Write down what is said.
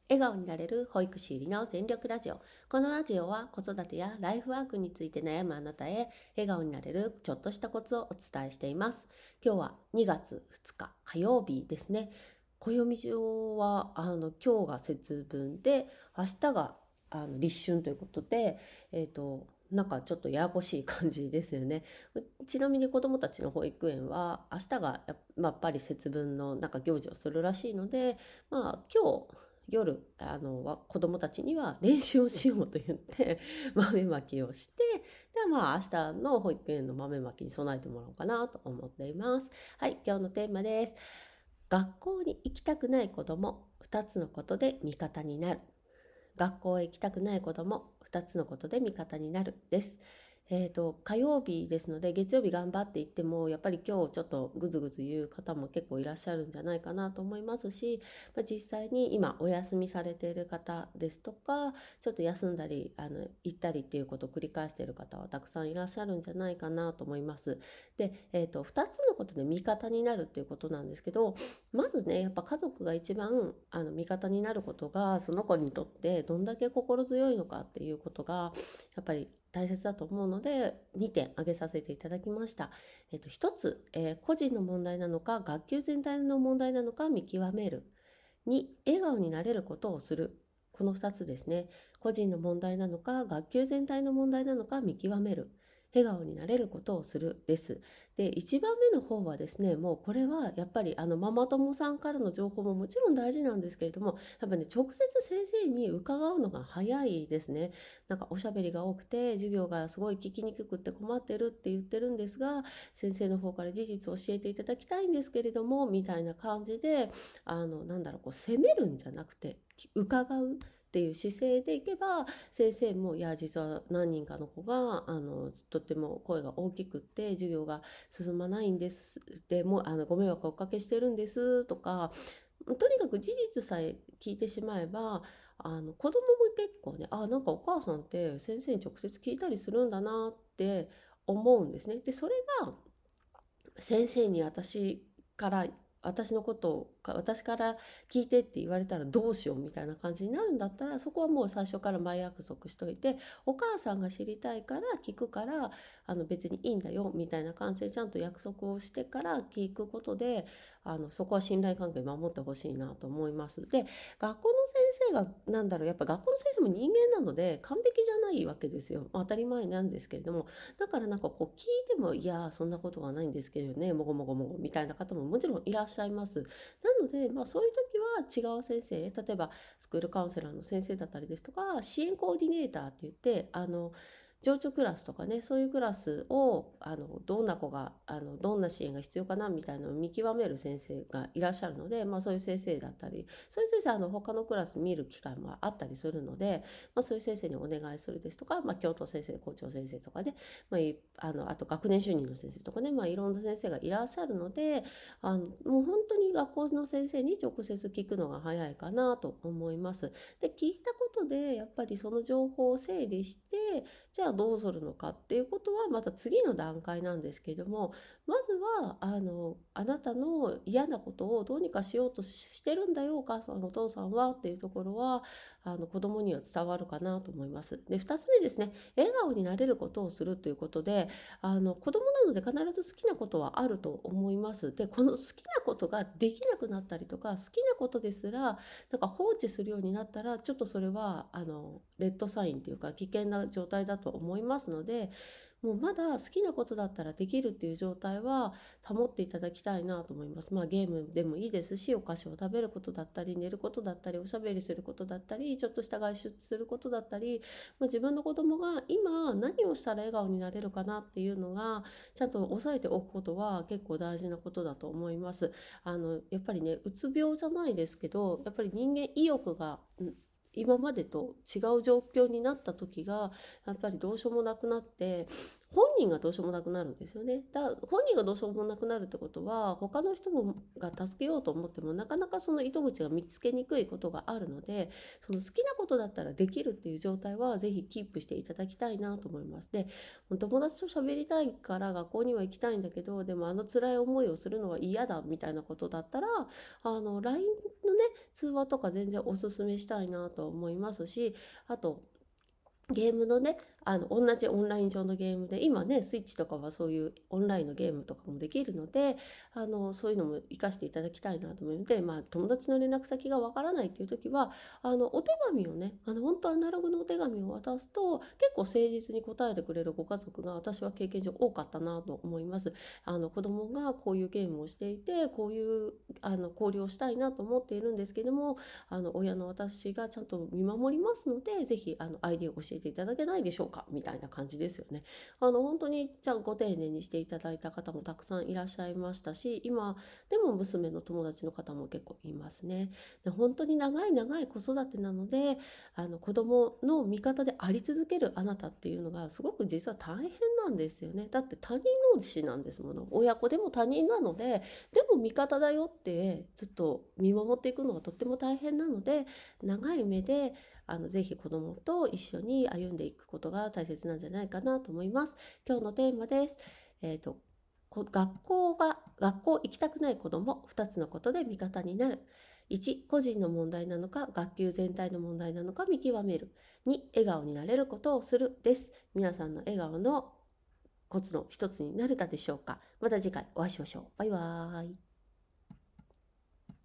笑顔になれる保育士ゆりの全力ラジオ。このラジオは子育てやライフワークについて悩むあなたへ笑顔になれるちょっとしたコツをお伝えしています。今日は2月2日火曜日ですね。暦上は今日が節分で明日が立春ということで、なんかちょっとややこしい感じですよね。ちなみに子どもたちの保育園は明日がやっぱり節分のなんか行事をするらしいので、今日夜子どもたちには練習をしようと言って豆まきをして、で明日の保育園の豆まきに備えてもらおうかなと思っています。はい、今日のテーマです。学校に行きたくない子ども2つのことで味方になる。学校へ行きたくない子ども2つのことで味方になるです。火曜日ですので月曜日頑張っていってもやっぱり今日ちょっとぐずぐず言う方も結構いらっしゃるんじゃないかなと思いますし、実際に今お休みされている方ですとか、ちょっと休んだり行ったりっていうことを繰り返している方はたくさんいらっしゃるんじゃないかなと思います。で、2つのことで味方になるっていうことなんですけど、まずねやっぱ家族が一番味方になることがその子にとってどんだけ心強いのかっていうことがやっぱり大切だと思うので2点挙げさせていただきました。1つ、個人の問題なのか学級全体の問題なのか見極める。2、笑顔になれることをする。この2つですね。個人の問題なのか学級全体の問題なのか見極める。笑顔になれることをするです。で、1番目の方はですね、もうこれはやっぱりママ友さんからの情報ももちろん大事なんですけれども、やっぱりね、直接先生に伺うのが早いですね。なんかおしゃべりが多くて授業がすごい聞きにくくって困ってるって言ってるんですが、先生の方から事実を教えていただきたいんですけれどもみたいな感じで責めるんじゃなくて伺うっていう姿勢でいけば、先生もいや実は何人かの子がとっても声が大きくって授業が進まないんです、でもご迷惑をおかけしてるんですとか、とにかく事実さえ聞いてしまえば子供も結構ね、なんかお母さんって先生に直接聞いたりするんだなって思うんですね。でそれが先生にから私のことを私から聞いてって言われたらどうしようみたいな感じになるんだったら、そこはもう最初から前約束しといて、お母さんが知りたいから聞くから別にいいんだよみたいな感じでちゃんと約束をしてから聞くことでそこは信頼関係守ってほしいなと思います。で、学校の先生がやっぱ学校の先生も人間なので完璧じゃないわけですよ。当たり前なんですけれども、だからなんかこう聞いてもいやそんなことはないんですけどね、もごもごもごみたいな方ももちろんいらっしゃいます。なので、そういう時は違う先生、例えばスクールカウンセラーの先生だったりですとか、支援コーディネーターって言って情緒クラスとかね、そういうクラスをどんな子がどんな支援が必要かなみたいなのを見極める先生がいらっしゃるので、そういう先生だったり、そういう先生他のクラス見る機会もあったりするので、そういう先生にお願いするですとか、教頭先生、校長先生とかね、あと学年主任の先生とかね、いろんな先生がいらっしゃるので、もう本当に学校の先生に直接聞くのが早いかなと思います。で、聞いたことでやっぱりその情報を整理して、じゃあどうするのかっていうことはまた次の段階なんですけれども、まずはあなたの嫌なことをどうにかしようとしてるんだよお母さんお父さんはっていうところは子供には伝わるかなと思います。で、2つ目ですね、笑顔になれることをするということで、子供なので必ず好きなことはあると思います。で、この好きなことができなくなったりとか、好きなことですらなんか放置するようになったら、ちょっとそれはレッドサインというか危険な状態だと思いますので、もうまだ好きなことだったらできるっていう状態は保っていただきたいなと思います。ゲームでもいいですし、お菓子を食べることだったり、寝ることだったり、おしゃべりすることだったり、ちょっとした外出することだったり、自分の子供が今何をしたら笑顔になれるかなっていうのがちゃんと押さえておくことは結構大事なことだと思います。やっぱりね、うつ病じゃないですけど、やっぱり人間意欲が今までと違う状況になった時がやっぱりどうしようもなくなって、 本人がどうしようもなくなるんですよね。本人がどうしようもなくなるってことは、他の人が助けようと思ってもなかなかその糸口が見つけにくいことがあるので、その好きなことだったらできるっていう状態はぜひキープしていただきたいなと思います。で、友達と喋りたいから学校には行きたいんだけど、でも辛い思いをするのは嫌だみたいなことだったら、LINE のね、通話とか全然おすすめしたいなと思いますし、あと、ゲームのね、同じオンライン上のゲームで、今ね、スイッチとかはそういうオンラインのゲームとかもできるので、そういうのも活かしていただきたいなと思うので、友達の連絡先がわからないっていう時は、お手紙をね、本当アナログのお手紙を渡すと、結構誠実に答えてくれるご家族が私は経験上多かったなと思います。子供がこういうゲームをしていて、こういう交流をしたいなと思っているんですけども、親の私がちゃんと見守りますので、ぜひアイディアを教えていただけないでしょうかみたいな感じですよね。本当にご丁寧にしていただいた方もたくさんいらっしゃいましたし、今でも娘の友達の方も結構いますね。で、本当に長い長い子育てなので、子供の味方であり続けるあなたっていうのがすごく実は大変なんですよね。だって他人の子なんですもの。親子でも他人なので、でも味方だよってずっと見守っていくのがとっても大変なので、長い目でぜひ子供と一緒に歩んでいくことが大切なんじゃないかなと思います。今日のテーマです。学校行きたくない子供、2つのことで味方になる。1、個人の問題なのか、学級全体の問題なのか見極める。2、笑顔になれることをするです。皆さんの笑顔のコツの一つになれたでしょうか。また次回お会いしましょう。バイバーイ。